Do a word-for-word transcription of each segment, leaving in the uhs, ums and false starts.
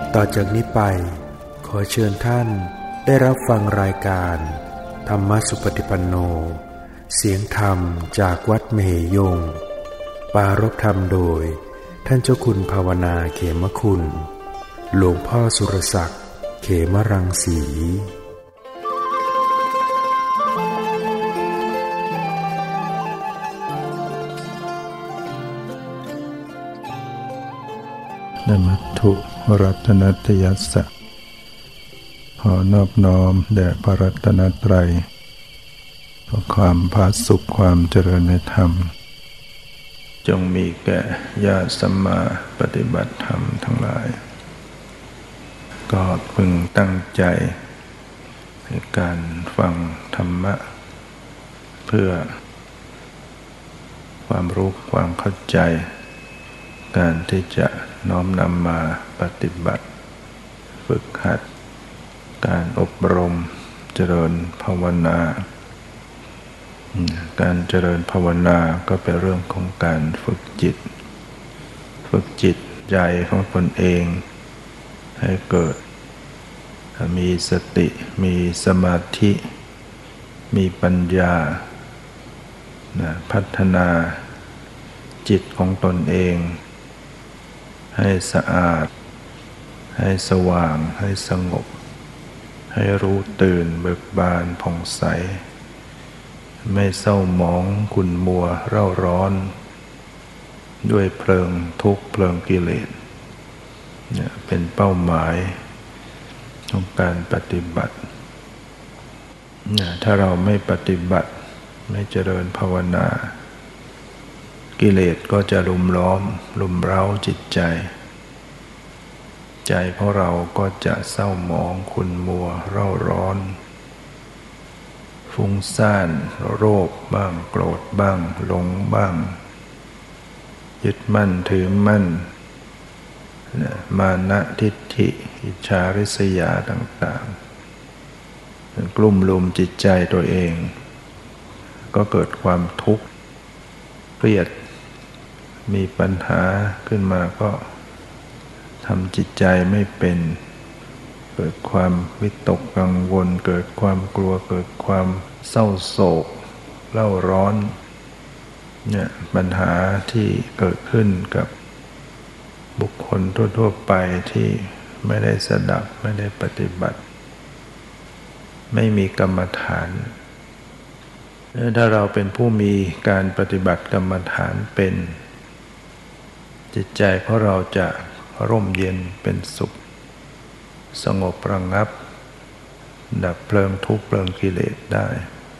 ต่อจากนี้ไปขอเชิญท่านได้รับฟังรายการธรรมสุปฏิปันโนเสียงธรรมจากวัดมเหยงปารภธรรมโดยท่านเจ้าคุณภาวนาเขมคุณหลวงพ่อสุรศักดิ์เขมรังสีนมัตถุรัตนัตยัสสะขอนอบน้อมแด่พระรัตนตรัยเพราะความผาสุกความเจริญในธรรมจงมีแก่ญาติสัมมาปฏิบัติธรรมทั้งหลายก็พึงตั้งใจในการฟังธรรมะเพื่อความรู้ความเข้าใจการที่จะน้อมนำมาปฏิบัติฝึกหัดการอบรมเจริญภาวนาการเจริญภาวนาก็เป็นเรื่องของการฝึกจิตฝึกจิตใจของตนเองให้เกิดมีสติมีสมาธิมีปัญญาพัฒนาจิตของตนเองให้สะอาดให้สว่างให้สงบให้รู้ตื่นเบิกบานผ่องใสไม่เศร้าหมองขุ่นมัวเร่าร้อนด้วยเพลิงทุกข์เพลิงกิเลสเนี่ยเป็นเป้าหมายของการปฏิบัติเนี่ยถ้าเราไม่ปฏิบัติไม่เจริญภาวนากิเลสก็จะลุมล้อมลุมเร้าจิตใจใจของเราก็จะเศร้าหมองขุ่นมัวเร่าร้อนฟุ้งซ่านโรคบ้างโกรธบ้างหลงบ้างยึดมั่นถือมั่นมานะทิฏฐิอิจฉาริษยาต่างๆกลุ่มลุมจิตใจตัวเองก็เกิดความทุกข์เครียดมีปัญหาขึ้นมาก็ทำจิตใจไม่เป็นเกิดความวิตกกังวลเกิดความกลัวเกิดความเศร้าโศกเล่าร้อนเนี่ยปัญหาที่เกิดขึ้นกับบุคคลทั่วๆไปที่ไม่ได้สดับไม่ได้ปฏิบัติไม่มีกรรมฐานถ้าเราเป็นผู้มีการปฏิบัติกรรมฐานเป็นจิตใจของเราจะร่มเย็นเป็นสุขสงบระงับดับเพลิงทุกข์เพลิงกิเลสได้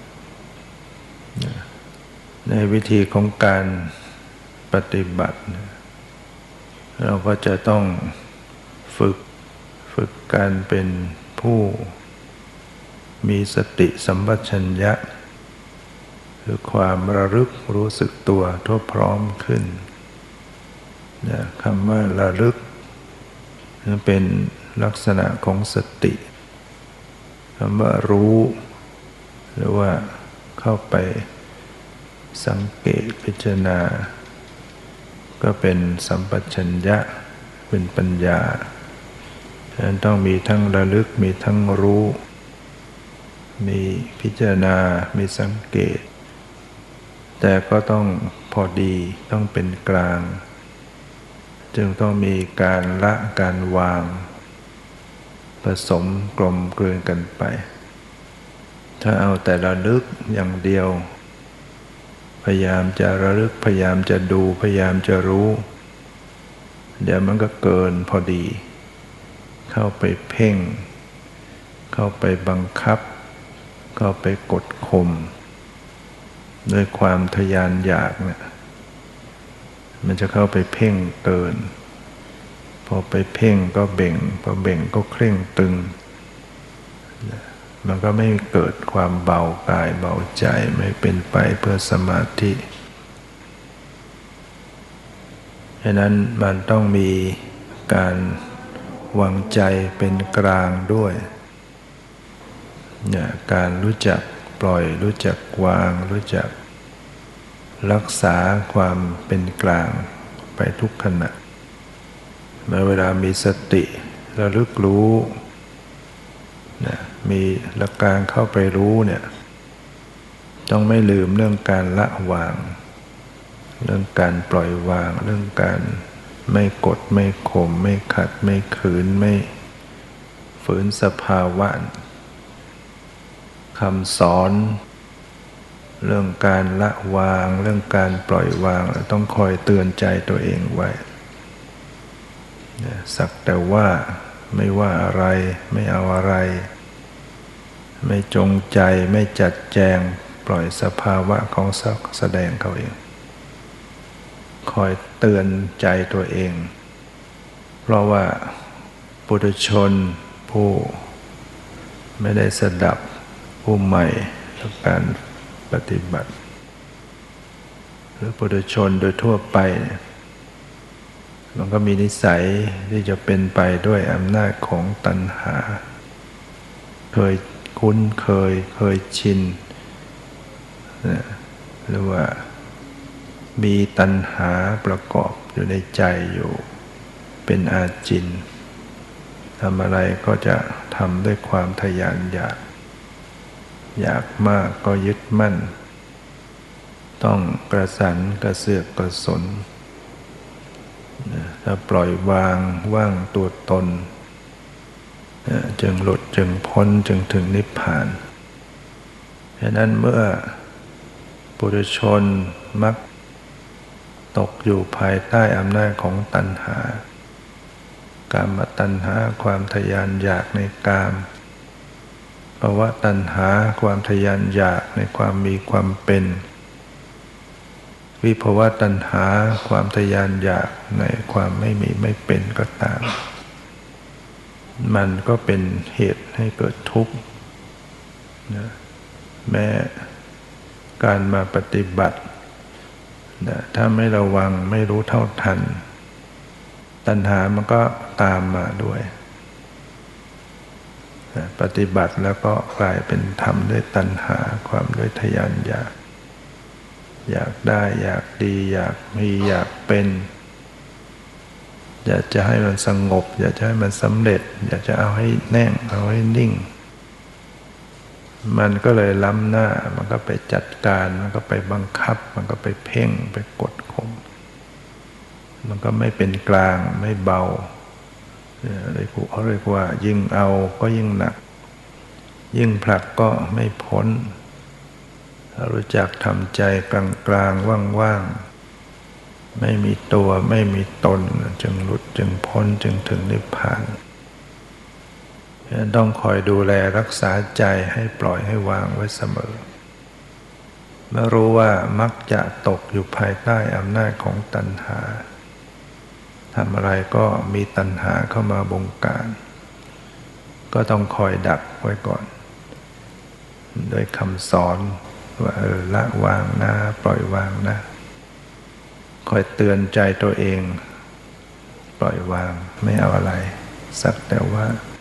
ในวิธีของการปฏิบัติเราก็จะต้องฝึกฝึกการเป็นผู้มีสติสัมปชัญญะคือความระลึกรู้สึกตัวทั่วพร้อมขึ้นนะคำว่าระลึกเป็นลักษณะของสติคำว่ารู้หรือว่าเข้าไปสังเกตพิจารณาก็เป็นสัมปชัญญะเป็นปัญญาฉะนั้นต้องมีทั้งระลึกมีทั้งรู้มีพิจารณามีสังเกตแต่ก็ต้องพอดีต้องเป็นกลางจึงต้องมีการละการวางผสมกลมกลืนกันไปถ้าเอาแต่ระลึกอย่างเดียวพยายามจะระลึกพยายามจะดูพยายามจะรู้เดี๋ยวมันก็เกินพอดีเข้าไปเพ่งเข้าไปบังคับเข้าไปกดข่มด้วยความทยานอยากเนี่ยมันจะเข้าไปเพ่งเกินพอไปเพ่งก็เบ่งพอเบ่งก็เคร่งตึงมันก็ไม่เกิดความเบากายเบาใจไม่เป็นไปเพื่อสมาธิฉะนั้นมันต้องมีการวางใจเป็นกลางด้วยเนี่ยการรู้จักปล่อยรู้จักวางรู้จักรักษาความเป็นกลางไปทุกขณะเมื่อเวลามีสติระลึกรู้นะมีหลักการเข้าไปรู้เนี่ยต้องไม่ลืมเรื่องการละวางเรื่องการปล่อยวางเรื่องการไม่กดไม่ข่มไม่ขัดไม่ขืนไม่ฝืนสภาวะคำสอนเรื่องการละวางเรื่องการปล่อยวางต้องคอยเตือนใจตัวเองไว้สักแต่ว่าไม่ว่าอะไรไม่เอาอะไรไม่จงใจไม่จัดแจงปล่อยสภาวะของสักแสดงเขาเองคอยเตือนใจตัวเองเพราะว่าปุถุชนผู้ไม่ได้สดับผู้ใหม่ต่อการปฏิบัติหรือปุถุชนโดยทั่วไปมันก็มีนิสัยที่จะเป็นไปด้วยอำนาจของตัณหาเคยคุ้นเคยเคยชินหรือว่ามีตัณหาประกอบอยู่ในใจอยู่เป็นอาจินทำอะไรก็จะทำด้วยความทยานอยากอยากมากก็ยึดมั่นต้องกระสันกระเสือกกระสนถ้าปล่อยวางว่างตัวตนจึงหลุดจึงพ้นจึงถึงนิพพานฉะนั้นเมื่อปุถุชนมักตกอยู่ภายใต้อำนาจของตัณหากามตัณหาความทยานอยากในกามภวตัณหาความทยานอยากในความมีความเป็นวิภวตัณหาความทยานอยากในความไม่มีไม่เป็นก็ตามมันก็เป็นเหตุให้เกิดทุกข์นะแม้การมาปฏิบัตินะถ้าไม่ระวังไม่รู้เท่าทันตัณหามันก็ตามมาด้วยนะปฏิบัติแล้วก็กลายเป็นทำด้วยตัณหาความด้วยทยานอยากอยากได้อยากดีอยากมีอยากเป็นอยากจะให้มันสงบอยากจะให้มันสำเร็จอยากจะเอาให้แน่งเอาให้นิ่งมันก็เลยล้ำหน้ามันก็ไปจัดการมันก็ไปบังคับมันก็ไปเพ่งไปกดข่มมันก็ไม่เป็นกลางไม่เบาเลยเขาเรียกว่ายิ่งเอาก็ยิ่งหนักยิ่งผลักก็ไม่พ้นรู้จักทำใจกลางๆว่างๆไม่มีตัวไม่มีตนจึงหลุดจึงพ้นจึงถึงนิพพานต้องคอยดูแลรักษาใจให้ปล่อยให้วางไว้เสมอเมื่อรู้ว่ามักจะตกอยู่ภายใต้อำนาจของตัณหาทำอะไรก็มีตัณหาเข้ามาบงการก็ต้องคอยดักไว้ก่อนโดยคำสอนว่าเออละวางนะปล่อยวางนะคอยเตือนใจตัวเองปล่อยวางไม่เอาอะไรสักแต่ว่า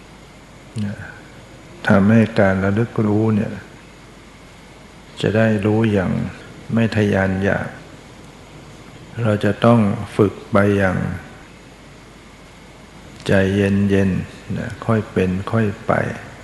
ทำให้การระลึกรู้เนี่ยจะได้รู้อย่างไม่ทยานอยากเราจะต้องฝึกไปอย่างใจเย็นๆนะค่อยเป็นค่อยไป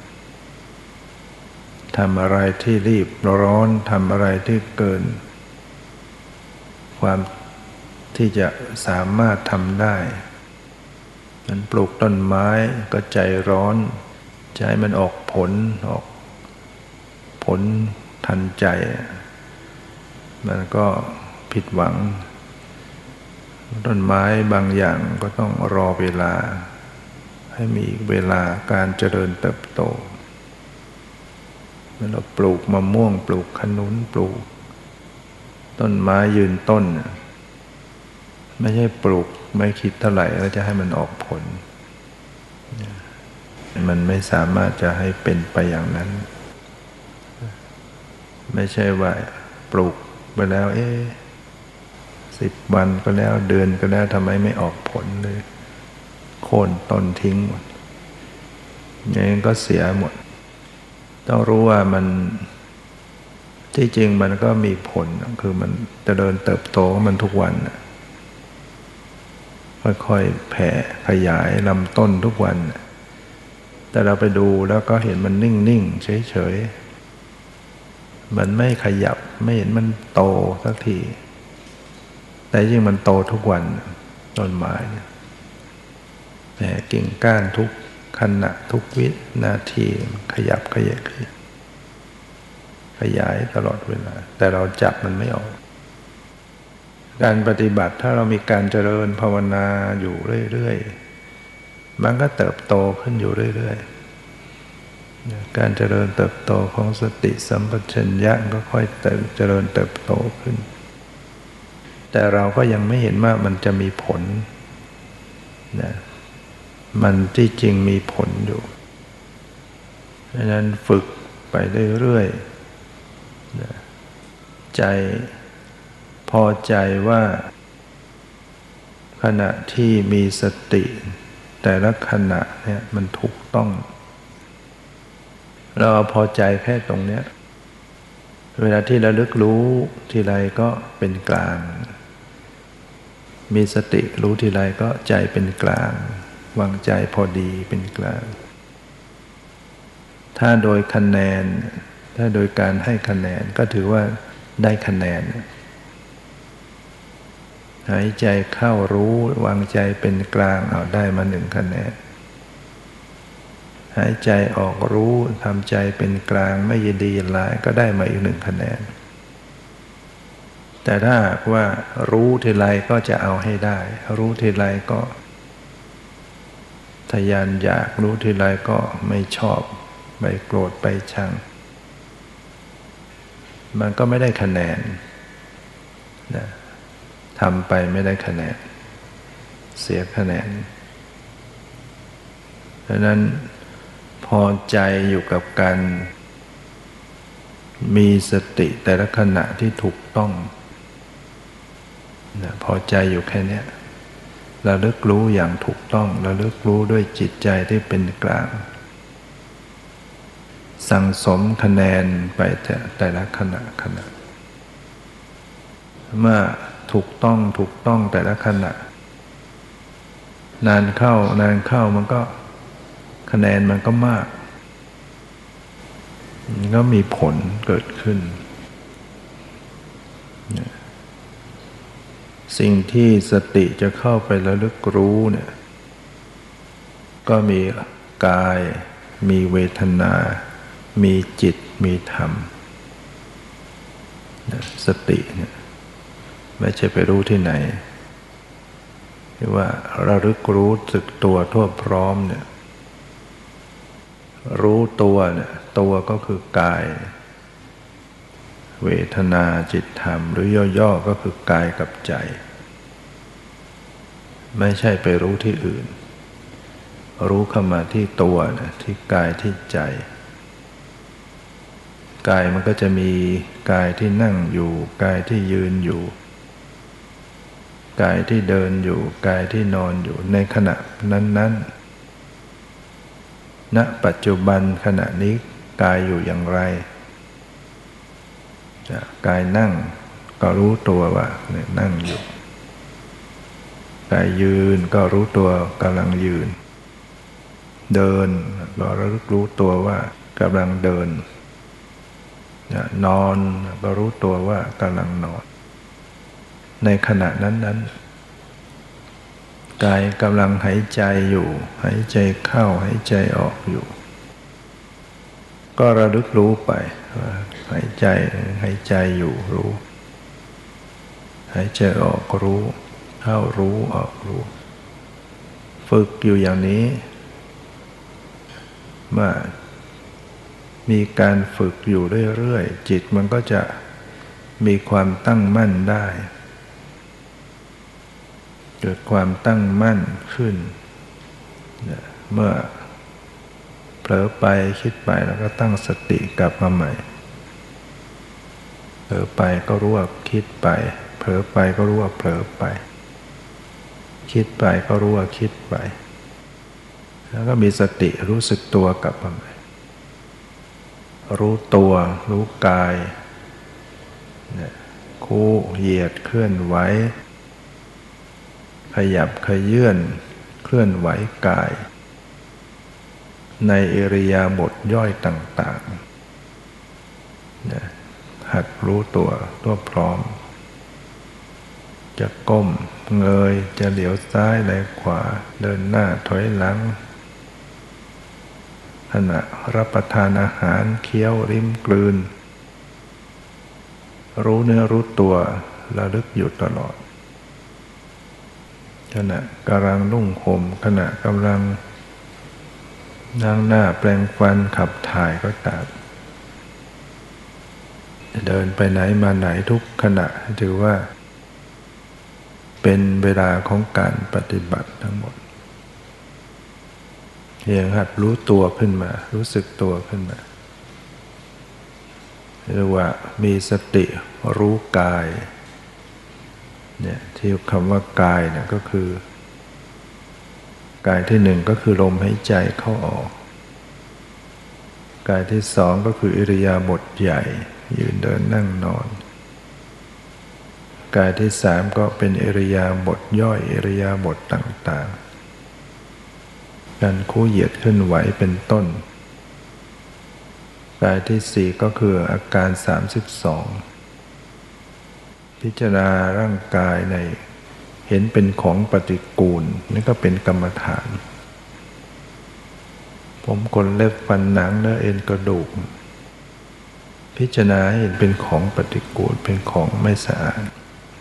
ทำอะไรที่รีบร้อนทำอะไรที่เกินความที่จะสามารถทำได้มันปลูกต้นไม้ก็ใจร้อนใจมันออกผลออกผลทันใจมันก็ผิดหวังต้นไม้บางอย่างก็ต้องรอเวลาให้มีเวลาการเจริญเติบโตเมื่อเราปลูกมะม่วงปลูกขนุนปลูกต้นไม้ยืนต้นไม่ใช่ปลูกไม่คิดเท่าไหร่แล้วจะให้มันออกผลมันไม่สามารถจะให้เป็นไปอย่างนั้นไม่ใช่ว่าปลูกไปแล้วเอ๊ะสิบวันก็แล้วเดือนก็แล้วทำไมไม่ออกผลเลยโค่นต้นทิ้งหมดอย่างนี้ก็เสียหมดต้องรู้ว่ามันที่จริงมันก็มีผลคือมันจะเดินเติบโตของมันทุกวันค่อยๆแผ่ขยายลำต้นทุกวันแต่เราไปดูแล้วก็เห็นมันนิ่งๆเฉยๆมันไม่ขยับไม่เห็นมันโตสักทีแต่ยิ่งมันโตทุกวันต้นไม้เนี่ยแผ่กิ่งก้านทุกขณะทุกวินาทีขยับขยายขยายตลอดเวลาแต่เราจับมันไม่ออกการปฏิบัติถ้าเรามีการเจริญภาวนาอยู่เรื่อยๆมันก็เติบโตขึ้นอยู่เรื่อยๆการเจริญเติบโตของสติสัมปชัญญะก็ค่อยเจริญเติบโตขึ้นแต่เราก็ยังไม่เห็นว่ามันจะมีผลนะมันที่จริงมีผลอยู่ดังนั้นฝึกไปเรื่อยๆนะใจพอใจว่าขณะที่มีสติแต่ละขณะเนี่ยมันถูกต้องเราพอใจแค่ตรงเนี้ยเวลาที่ระลึกรู้ทีไรก็เป็นกลางมีสติรู้ทีไรก็ใจเป็นกลางวางใจพอดีเป็นกลางถ้าโดยคะแนนถ้าโดยการให้คะแนนก็ถือว่าได้คะแนนหายใจเข้ารู้วางใจเป็นกลางเอาได้มาหนึ่งคะแนนหายใจออกรู้ทำใจเป็นกลางไม่ยินดียินร้ายก็ได้มาอีกหนึ่งคะแนนแต่ถ้าว่ารู้ทีไรก็จะเอาให้ได้รู้ทีไรก็ทะยานอยากรู้ทีไรก็ไม่ชอบไปโกรธไปชังมันก็ไม่ได้คะแนนนะทำไปไม่ได้คะแนนเสียคะแนนดังนั้นพอใจอยู่กับการมีสติแต่ละขณะที่ถูกต้องนะพอใจอยู่แค่นี้ระลึกรู้อย่างถูกต้องระลึกรู้ด้วยจิตใจที่เป็นกลางสั่งสมคะแนนไปแต่แต่ละขณะขณะเมื่อถูกต้องถูกต้องแต่ละขณะนานเข้านานเข้ามันก็คะแนนมันก็มากมันก็มีผลเกิดขึ้นสิ่งที่สติจะเข้าไประลึกรู้เนี่ยก็มีกายมีเวทนามีจิตมีธรรมสติเนี่ยไม่ใช่ไปรู้ที่ไหนที่ว่าระลึกรู้สึกตัวทั่วพร้อมเนี่ยรู้ตัวเนี่ยตัวก็คือกายเวทนาจิตธรรมหรือย่อๆก็คือกายกับใจไม่ใช่ไปรู้ที่อื่นรู้เข้ามาที่ตัวนะที่กายที่ใจกายมันก็จะมีกายที่นั่งอยู่กายที่ยืนอยู่กายที่เดินอยู่กายที่นอนอยู่ในขณะนั้นๆณปัจจุบันขณะนี้กายอยู่อย่างไรกายนั่งก็รู้ตัวว่านั่งอยู่กายยืนก็รู้ตัวกำลังยืนเดินก็รู้ตัวว่ากำลังเดินนอนก็รู้ตัวว่ากำลังนอนในขณะนั้นๆกายกำลังหายใจอยู่หายใจเข้าหายใจออกอยู่ก็ระลึกรู้ไปว่าหายใจหายใจอยู่รู้หายใจออกรู้เข้ารู้ออกรู้ฝึกอยู่อย่างนี้มามีการฝึกอยู่เรื่อยๆจิตมันก็จะมีความตั้งมั่นได้เกิดความตั้งมั่นขึ้นเมื่อเผลอไปคิดไปแล้วก็ตั้งสติกลับมาใหม่เผลอไปก็รู้ว่าคิดไปเผลอไปก็รู้ว่าเผลอไปคิดไปก็รู้ว่าคิดไปแล้วก็มีสติรู้สึกตัวกลับมาใหม่รู้ตัวรู้กายคู่เหยียดเคลื่อนไหวขยับขยื่นเคลื่อนไหวกายในอิริยาบถย่อยต่างๆนะหัดรู้ตัวตัวพร้อมจะก้มเงยจะเหลียวซ้ายแลขวาเดินหน้าถอยหลังขณะรับประทานอาหารเคี้ยวริมกลืนรู้เนื้อรู้ตัวระลึกอยู่ตลอดขณะกำลังนุ่งห่มขณะกำลังนั่งหน้าแปรงฟันขับถ่ายก็ตามเดินไปไหนมาไหนทุกขณะถือว่าเป็นเวลาของการปฏิบัติทั้งหมดเพียงหัดรู้ตัวขึ้นมารู้สึกตัวขึ้นมาเรียกว่ามีสติรู้กายเนี่ยที่คำว่ากายเนี่ยก็คือกายที่หนึ่งก็คือลมหายใจเข้าออกกายที่สองก็คืออิริยาบถใหญ่ยืนเดินนั่งนอนกายที่สามก็เป็นอิริยาบถย่อยอิริยาบถต่างๆการคู่เหยียดเคลื่อนไหวเป็นต้นกายที่สี่ก็คืออาการสามสิบสองพิจารณาร่างกายในเห็นเป็นของปฏิกูลนี่ก็เป็นกรรมฐานผมขนเล็บฟันหนังเนื้อเอ็นกระดูกพิจารณาเห็นเป็นของปฏิกูลเป็นของไม่สะอาด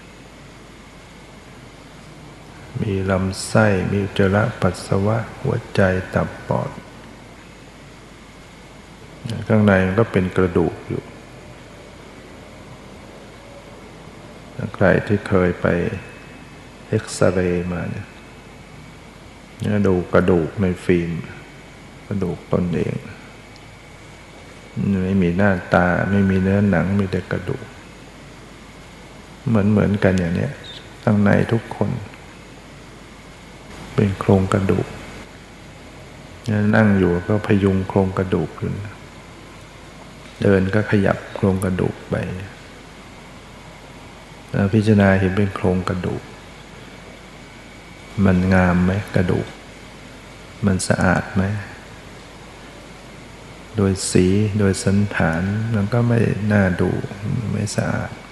มีลำไส้มีอุจจาระปัสสาวะหัวใจตับปอดข้างในมันก็เป็นกระดูกอยู่ใครที่เคยไปเอ็กซเรย์มาเนี่ยดูกระดูกในฟิล์มกระดูกตนเองไม่มีหน้าตาไม่มีเนื้อหนังมีแต่กระดูกเหมือนเหมือนกันอย่างนี้ข้างในทุกคนเป็นโครงกระดูกนั่งอยู่ก็พยุงโครงกระดูกขึ้นเดินก็ขยับโครงกระดูกไปแล้วพิจารณาเห็นเป็นโครงกระดูกมันงามไหมกระดูกมันสะอาดไหมโดยสีโดยสันฐานมันก็ไม่น่าดูไม่สะอาด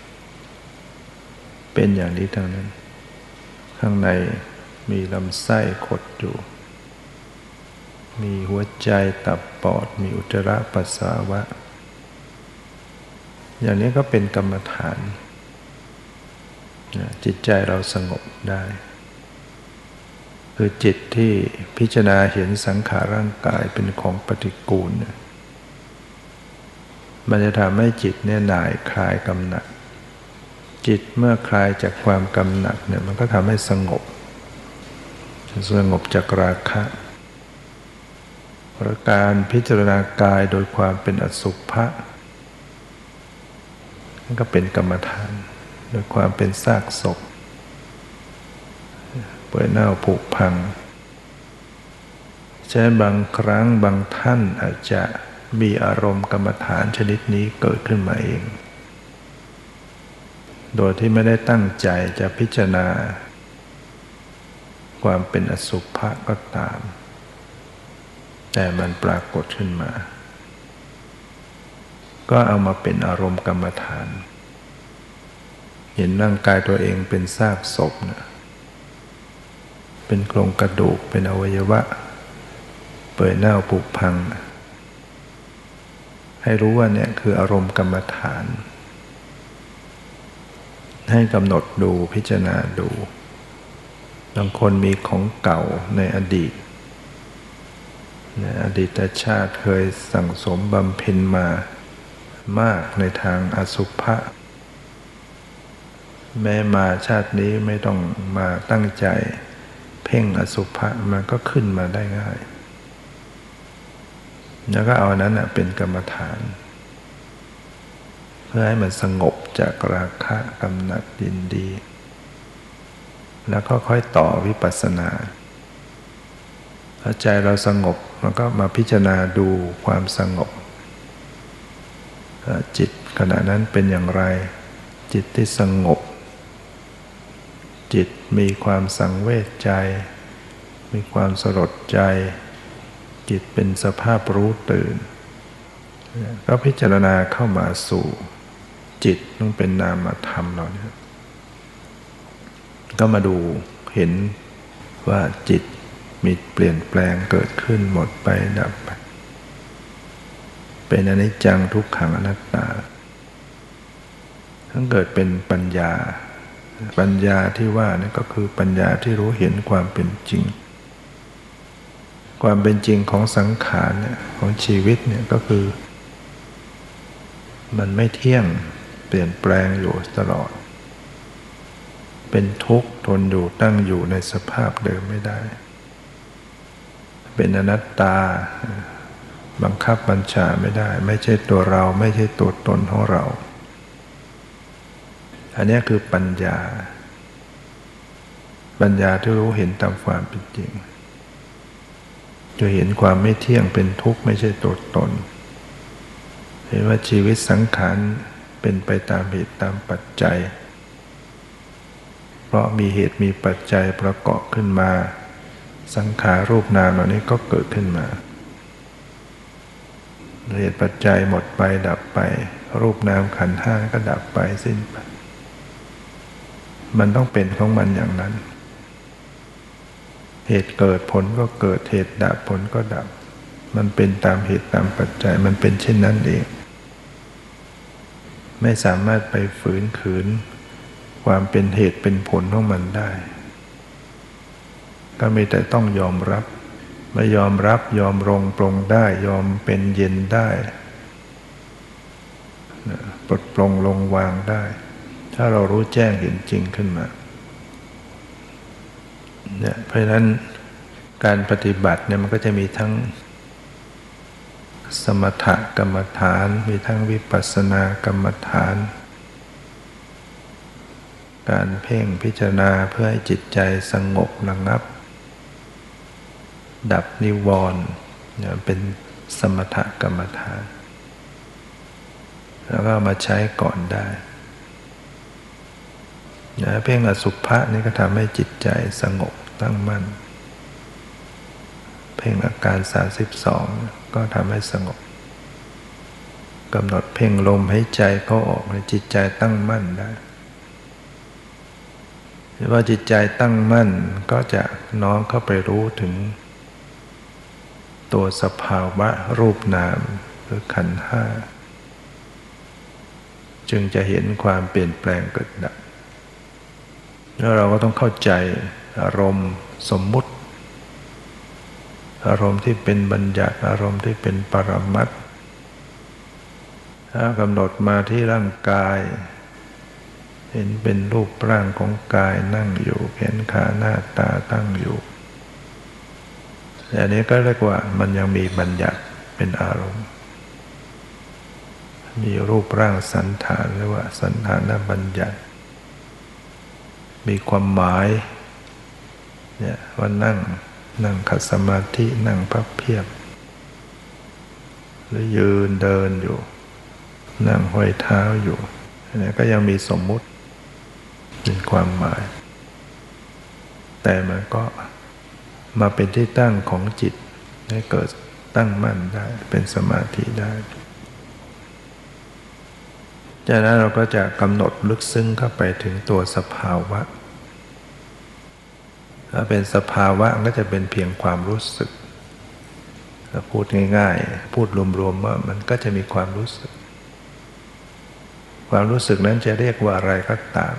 เป็นอย่างนี้เท่านั้นข้างในมีลำไส้ขดอยู่มีหัวใจตับปอดมีอุจจาระปัสสาวะอย่างนี้ก็เป็นกรรมฐานจิตใจเราสงบได้คือจิตที่พิจารณาเห็นสังขารร่างกายเป็นของปฏิกูลมันจะทำให้จิตเนี่ยหน่ายคลายกำหนัดจิตเมื่อคลายจากความกำหนัดเนี่ยมันก็ทำให้สงบสงบจากราคะประการพิจารณากายโดยความเป็นอสุภะนั่นก็เป็นกรรมฐานโดยความเป็นซากศพเปื่อยเน่าผุพังฉะนั้นบางครั้งบางท่านอาจจะมีอารมณ์กรรมฐานชนิดนี้เกิดขึ้นมาเองโดยที่ไม่ได้ตั้งใจจะพิจารณาความเป็นอสุภะก็ตามแต่มันปรากฏขึ้นมาก็เอามาเป็นอารมณ์กรรมฐานเห็นร่างกายตัวเองเป็นซากศพนะเป็นโครงกระดูกเป็นอวัยวะเปื่อยเน่าผุพังให้รู้ว่าเนี่ยคืออารมณ์กรรมฐานให้กำหนดดูพิจารณาดูบางคนมีของเก่าในอดีตในอดีตชาติเคยสั่งสมบำเพ็ญมามากในทางอสุภะแม้มาชาตินี้ไม่ต้องมาตั้งใจเพ่งอสุภะมันก็ขึ้นมาได้ง่ายแล้วก็เอาอันนั้นเป็นกรรมฐานเพื่อให้มันสงบจากราคะกำหนัดยินดีแล้วก็ค่อยต่อวิปัสสนาพอใจเราสงบมันก็มาพิจารณาดูความสงบจิตขณะนั้นเป็นอย่างไรจิตที่สงบจิตมีความสังเวชใจมีความสลดใจจิตเป็นสภาพรู้ตื่นก็พิจารณาเข้ามาสู่จิตต้องเป็นนามธรรมเราเนี่ยก็มาดูเห็นว่าจิตมีเปลี่ยนแปลงเกิดขึ้นหมดไปดับไปเป็นอนิจจังทุกขังอนัตตาทั้งเกิดเป็นปัญญาปัญญาที่ว่านี่ก็คือปัญญาที่รู้เห็นความเป็นจริงความเป็นจริงของสังขารเนี่ยของชีวิตเนี่ยก็คือมันไม่เที่ยงเปลี่ยนแปลงอยู่ตลอดเป็นทุกข์ทนอยู่ตั้งอยู่ในสภาพเดิมไม่ได้เป็นอนัตตาบังคับบัญชาไม่ได้ไม่ใช่ตัวเราไม่ใช่ตัวตนของเราอันนี้คือปัญญาปัญญาที่รู้เห็นตามความเป็นจริงจะเห็นความไม่เที่ยงเป็นทุกข์ไม่ใช่ตัวตนเห็นว่าชีวิตสังขารเป็นไปตามเหตุตามปัจจัยเพราะมีเหตุมีปัจจัยประกอบขึ้นมาสังขารรูปนามเหล่านี้ก็เกิดขึ้นมาเหตุปัจจัยหมดไปดับไปรูปนามขันธ์ห้าก็ดับไปสิ้นไปมันต้องเป็นของมันอย่างนั้นเหตุเกิดผลก็เกิดเหตุดับผลก็ดับมันเป็นตามเหตุตามปัจจัยมันเป็นเช่นนั้นเองไม่สามารถไปฝืนขืนความเป็นเหตุเป็นผลของมันได้ก็มีแต่ต้องยอมรับไม่ยอมรับยอมลงปลงได้ยอมเป็นเย็นได้ปลดปลงลงวางได้ถ้าเรารู้แจ้งเห็นจริงขึ้นมาเนี่ยเพราะฉะนั้นการปฏิบัติเนี่ยมันก็จะมีทั้งสมถกรรมฐานมีทั้งวิปัสสนากรรมฐานการเพ่งพิจารณาเพื่อให้จิตใจสงบระงับดับนิวรณ์เนี่ยเป็นสมถกรรมฐานแล้วก็มาใช้ก่อนได้เพ่งอสุภะนี่ก็ทำให้จิตใจสงบตั้งมั่นเพ่งอาการสามสิบสองก็ทำให้สงบกำหนดเพ่งลมหายใจเข้าออกในจิตใจตั้งมั่นได้พอจิตใจตั้งมั่นก็จะน้อมเข้าไปรู้ถึงตัวสภาวะรูปนามหรือขันธ์ห้าจึงจะเห็นความเปลี่ยนแปลงเกิดดับแล้วเราก็ต้องเข้าใจอารมณ์สมมุติอารมณ์ที่เป็นบัญญัติอารมณ์ที่เป็นปรมัตถ์ถ้ากำหนดมาที่ร่างกายเห็นเป็นรูปร่างของกายนั่งอยู่แขนขาหน้าตาตั้งอยู่อันนี้ก็เรียกว่ามันยังมีบัญญัติเป็นอารมณ์มีรูปร่างสันฐานเรียกว่าสันฐานบัญญัติมีความหมายเนี่ยว่านั่งนั่งขัดสมาธินั่งพับเพียบหรือยืนเดินอยู่นั่งห้อยเท้าอยู่อันนี้ก็ยังมีสมมุติเป็นความหมายแต่มันก็มาเป็นที่ตั้งของจิตให้เกิดตั้งมั่นได้เป็นสมาธิได้จากนั้นเราก็จะกำหนดลึกซึ้งเข้าไปถึงตัวสภาวะถ้าเป็นสภาวะก็จะเป็นเพียงความรู้สึกถ้าพูดง่ายๆพูดรวมๆว่ามันก็จะมีความรู้สึกความรู้สึกนั้นจะเรียกว่าอะไรก็ตาม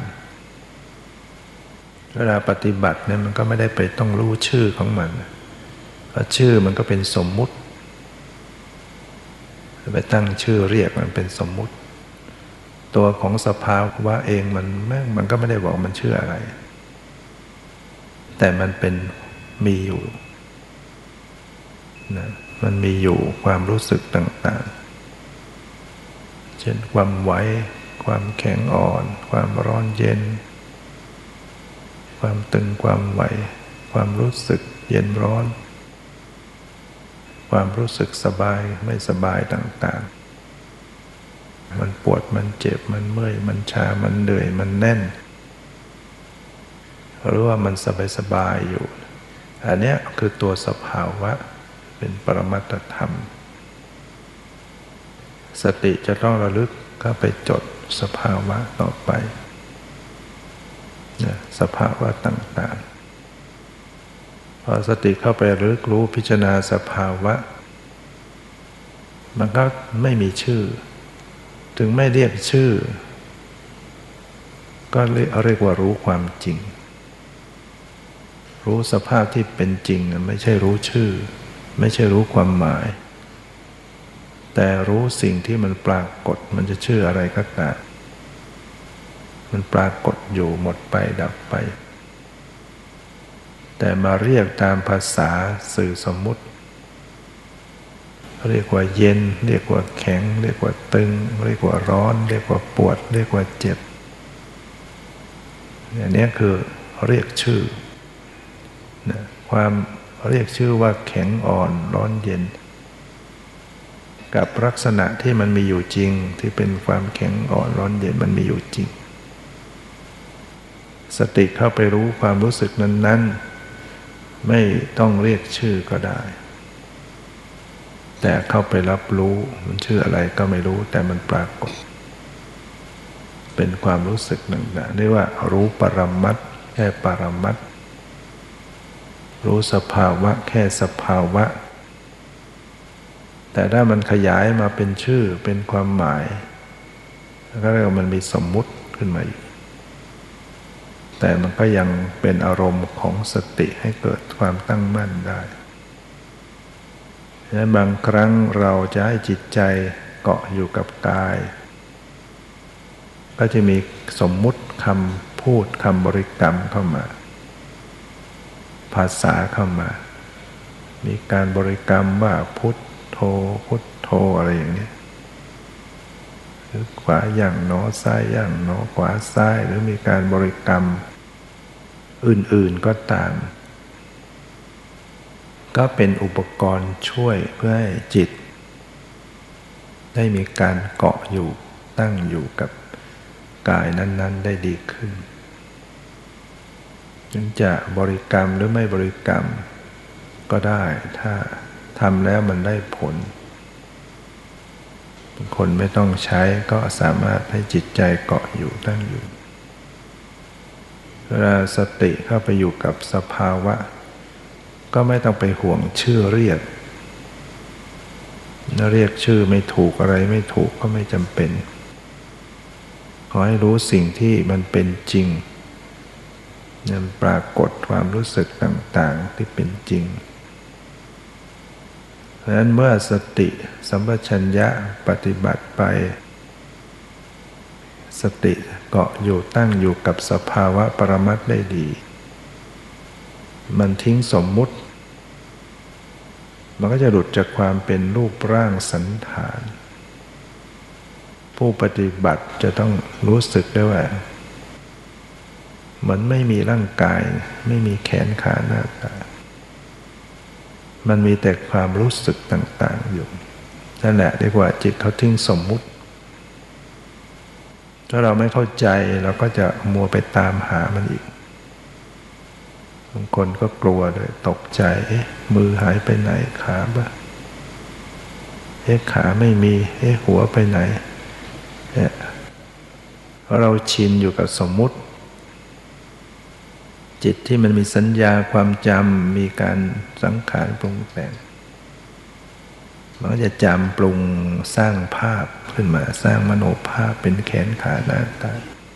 เวลาปฏิบัติเนี่ยมันก็ไม่ได้ไปต้องรู้ชื่อของมันเพราะชื่อมันก็เป็นสมมุติไปตั้งชื่อเรียกมันเป็นสมมุติตัวของสภาวะเองมันแม่งมันก็ไม่ได้บอกมันชื่ออะไรแต่มันเป็นมีอยู่นะมันมีอยู่ความรู้สึกต่างๆเช่นความไหวความแข็งอ่อนความร้อนเย็นความตึงความไหวความรู้สึกเย็นร้อนความรู้สึกสบายไม่สบายต่างๆมันปวดมันเจ็บมันเมื่อยมันชามันเหนื่อยมันแน่นหรือว่ามันสบายๆอยู่อันนี้คือตัวสภาวะเป็นปรมัตถธรรมสติจะต้องระลึกเข้าไปจดสภาวะต่อไปเนี่ยสภาวะต่างๆพอสติเข้าไประลึกรู้พิจารณาสภาวะมันก็ไม่มีชื่อถึงไม่เรียกชื่อก็เรียกว่ารู้ความจริงรู้สภาพที่เป็นจริงไม่ใช่รู้ชื่อไม่ใช่รู้ความหมายแต่รู้สิ่งที่มันปรากฏมันจะชื่ออะไรก็ตามมันปรากฏอยู่หมดไปดับไปแต่มาเรียกตามภาษาสื่อสมมุติเรียกว่าเย็นเรียกว่าแข็งเรียกว่าตึงเรียกว่าร้อนเรียกว่าปวดเรียกว่าเจ็บอันนี้คือเรียกชื่อนะความเรียกชื่อว่าแข็งอ่อนร้อนเย็นกับลักษณะที่มันมีอยู่จริงที่เป็นความแข็งอ่อนร้อนเย็นมันมีอยู่จริงสติเข้าไปรู้ความรู้สึกนั้นๆไม่ต้องเรียกชื่อก็ได้แต่เข้าไปรับรู้มันชื่ออะไรก็ไม่รู้แต่มันปรากฏเป็นความรู้สึกต่างๆเรียกว่ารู้ปรมัตถ์แค่ปรมัตถ์รู้สภาวะแค่สภาวะแต่ถ้ามันขยายมาเป็นชื่อเป็นความหมายก็เรียกว่ามันมีสมมุติขึ้นมาอีกแต่มันก็ยังเป็นอารมณ์ของสติให้เกิดความตั้งมั่นได้ฉะนั้นบางครั้งเราจะให้จิตใจเกาะอยู่กับกายก็จะมีสมมุติคำพูดคำบริกรรมเข้ามาภาษาเข้ามามีการบริกรรมว่าพุทโธพุทโธอะไรอย่างนี้หรือขวาอย่างหนอซ้ายอย่างหนอขวาซ้ายหรือมีการบริกรรมอื่นๆก็ตามก็เป็นอุปกรณ์ช่วยเพื่อให้จิตได้มีการเกาะอยู่ตั้งอยู่กับกายนั้นๆได้ดีขึ้นจึงจะบริกรรมหรือไม่บริกรรมก็ได้ถ้าทำแล้วมันได้ผลคนไม่ต้องใช้ก็สามารถให้จิตใจเกาะอยู่ตั้งอยู่เวลาสติเข้าไปอยู่กับสภาวะก็ไม่ต้องไปห่วงชื่อเรียกเรียกชื่อไม่ถูกอะไรไม่ถูกก็ไม่จำเป็นขอให้รู้สิ่งที่มันเป็นจริงมันปรากฏความรู้สึกต่างๆที่เป็นจริงเพราะฉะนั้นเมื่อสติสัมปชัญญะปฏิบัติไปสติเกาะอยู่ตั้งอยู่กับสภาวะปรมัตถ์ได้ดีมันทิ้งสมมุติมันก็จะหลุดจากความเป็นรูปร่างสันฐานผู้ปฏิบัติจะต้องรู้สึกได้ว่ามันไม่มีร่างกายไม่มีแขนขาหน้าตามันมีแต่ความรู้สึกต่างๆอยู่นั่นแหละเรียกว่าจิตเขาทิ้งสมมุติถ้าเราไม่เข้าใจเราก็จะมัวไปตามหามันอีกบางคนก็กลัวเลยตกใจเอ๊ะมือหายไปไหนขาบ้าเอ๊ะขาไม่มีเอ๊ะหัวไปไหนเนี่ยเพราะเราชินอยู่กับสมมุติจิตที่มันมีสัญญาความจำมีการสังขารปรุงแต่งมันก็จะจำปรุงสร้างภาพขึ้นมาสร้างมโนภาพเป็นแขนขาหน้าตา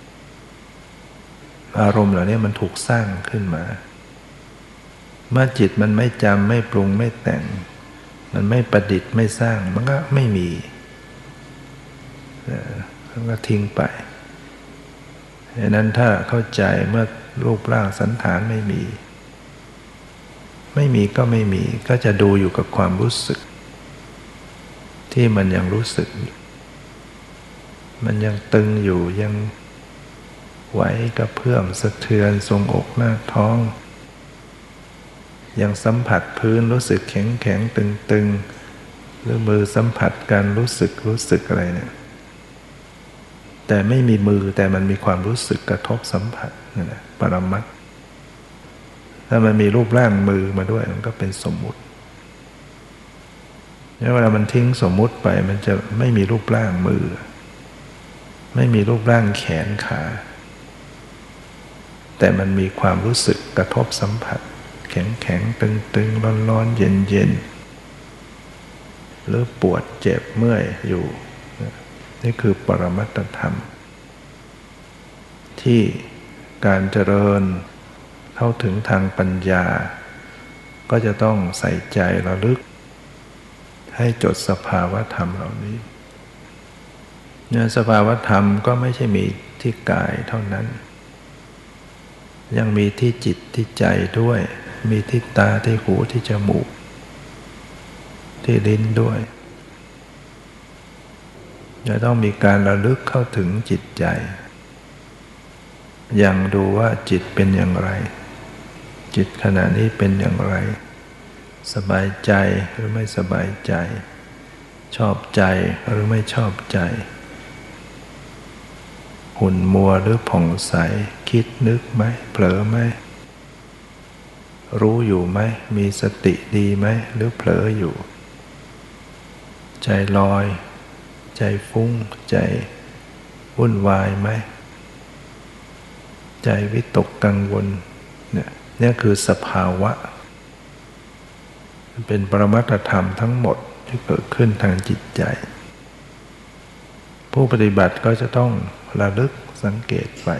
อารมณ์เหล่านี้มันถูกสร้างขึ้นมาเมื่อจิตมันไม่จำไม่ปรุงไม่แต่งมันไม่ประดิษฐ์ไม่สร้างมันก็ไม่มีมันก็ทิ้งไปดังนั้นถ้าเข้าใจเมื่อรูปร่างสันฐานไม่มีไม่มีก็ไม่มีก็จะดูอยู่กับความรู้สึกที่มันยังรู้สึกอยู่มันยังตึงอยู่ยังไหวกระเพื่อมสะเทือนทรงอกหน้าท้องยังสัมผัสพื้นรู้สึกแข็งแข็งตึงตึงหรือมือสัมผัสการรู้สึกรู้สึกอะไรเนี่ยแต่ไม่มีมือแต่มันมีความรู้สึกกระทบสัมผัสนั่นแหละปรมัตถ์ถ้ามันมีรูปร่างมือมาด้วยมันก็เป็นสมมุติเวลามันทิ้งสมมุติไปมันจะไม่มีรูปร่างมือไม่มีรูปร่างแขนขาแต่มันมีความรู้สึกกระทบสัมผัสแข็งแข็งตึงตึงร้อนร้อนเย็นเย็นหรือปวดเจ็บเมื่อยอยู่นี่คือปรมัตถธรรมที่การเจริญเข้าถึงทางปัญญาก็จะต้องใส่ใจระลึกให้จดสภาวะธรรมเหล่านี้เนี่ยสภาวะธรรมก็ไม่ใช่มีที่กายเท่านั้นยังมีที่จิตที่ใจด้วยมีที่ตาที่หูที่จมูกที่ลิ้นด้วยจะต้องมีการระลึกเข้าถึงจิตใจยังดูว่าจิตเป็นอย่างไรจิตขณะนี้เป็นอย่างไรสบายใจหรือไม่สบายใจชอบใจหรือไม่ชอบใจหุ่นมัวหรือผ่องใสคิดนึกไหมเผลอไหมรู้อยู่ไหมมีสติดีไหมหรือเผลออยู่ใจลอยใจฟุ้งใจวุ่นวายไหมใจวิตกกังวลเนี่ยนี่คือสภาวะเป็นปรมัตถธรรมทั้งหมดที่เกิดขึ้นทางจิตใจผู้ปฏิบัติก็จะต้องระลึกสังเกตไป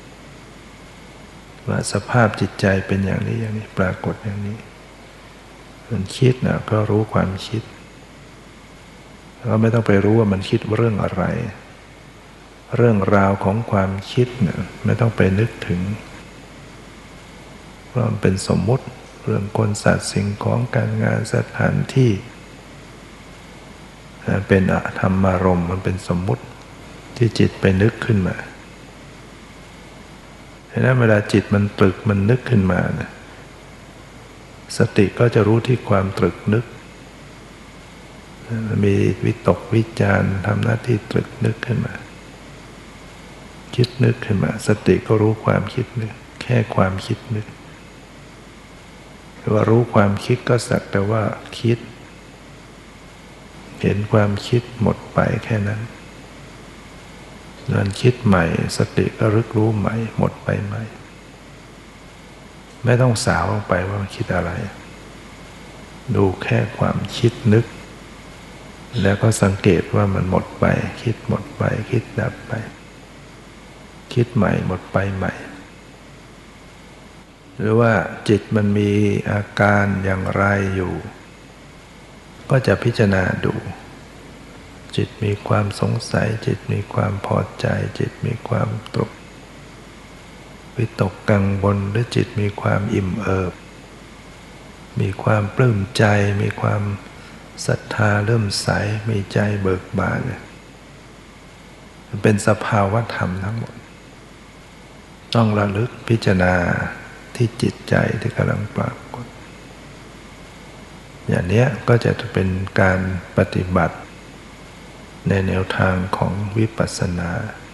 ว่าสภาพจิตใจเป็นอย่างนี้อย่างนี้ปรากฏอย่างนี้มันคิดนะก็รู้ความคิดเราไม่ต้องไปรู้ว่ามันคิดเรื่องอะไรเรื่องราวของความคิดเนี่ยไม่ต้องไปนึกถึงเพราะมันเป็นสมมุติเรื่องคนสัตว์สิ่งของการงานสถานที่เป็นธรรมารมณ์มันเป็นสมมุติที่จิตไปนึกขึ้นมาฉะนั้นเวลาจิตมันตรึกมันนึกขึ้นมานะสติก็จะรู้ที่ความตรึกนึกมีวิตกวิจารทำหน้าที่ตรึกนึกขึ้นมาคิดนึกขึ้นมาสติก็รู้ความคิดนึกแค่ความคิดนึกว่ารู้ความคิดก็สักแต่ว่าคิดเห็นความคิดหมดไปแค่นั้นเงินคิดใหม่สติก็รึกรู้ใหม่หมดไปใหม่ไม่ต้องสาวออกไปว่าคิดอะไรดูแค่ความคิดนึกแล้วก็สังเกตว่ามันหมดไปคิดหมดไปคิดดับไปคิดใหม่หมดไปใหม่หรือว่าจิตมันมีอาการอย่างไรอยู่ก็จะพิจารณาดูจิตมีความสงสัยจิตมีความพอใจจิตมีความตกวิตกกังวลหรือจิตมีความอิ่มเอิบมีความปลื้มใจมีความศรัทธาเริ่มใสมีใจเบิกบานมันเป็นสภาวะธรรมทั้งหมดต้องระลึกพิจารณาที่จิตใจที่กำลังปรากฏอย่างนี้ก็จะเป็นการปฏิบัติในแนวทางของวิปัสสนา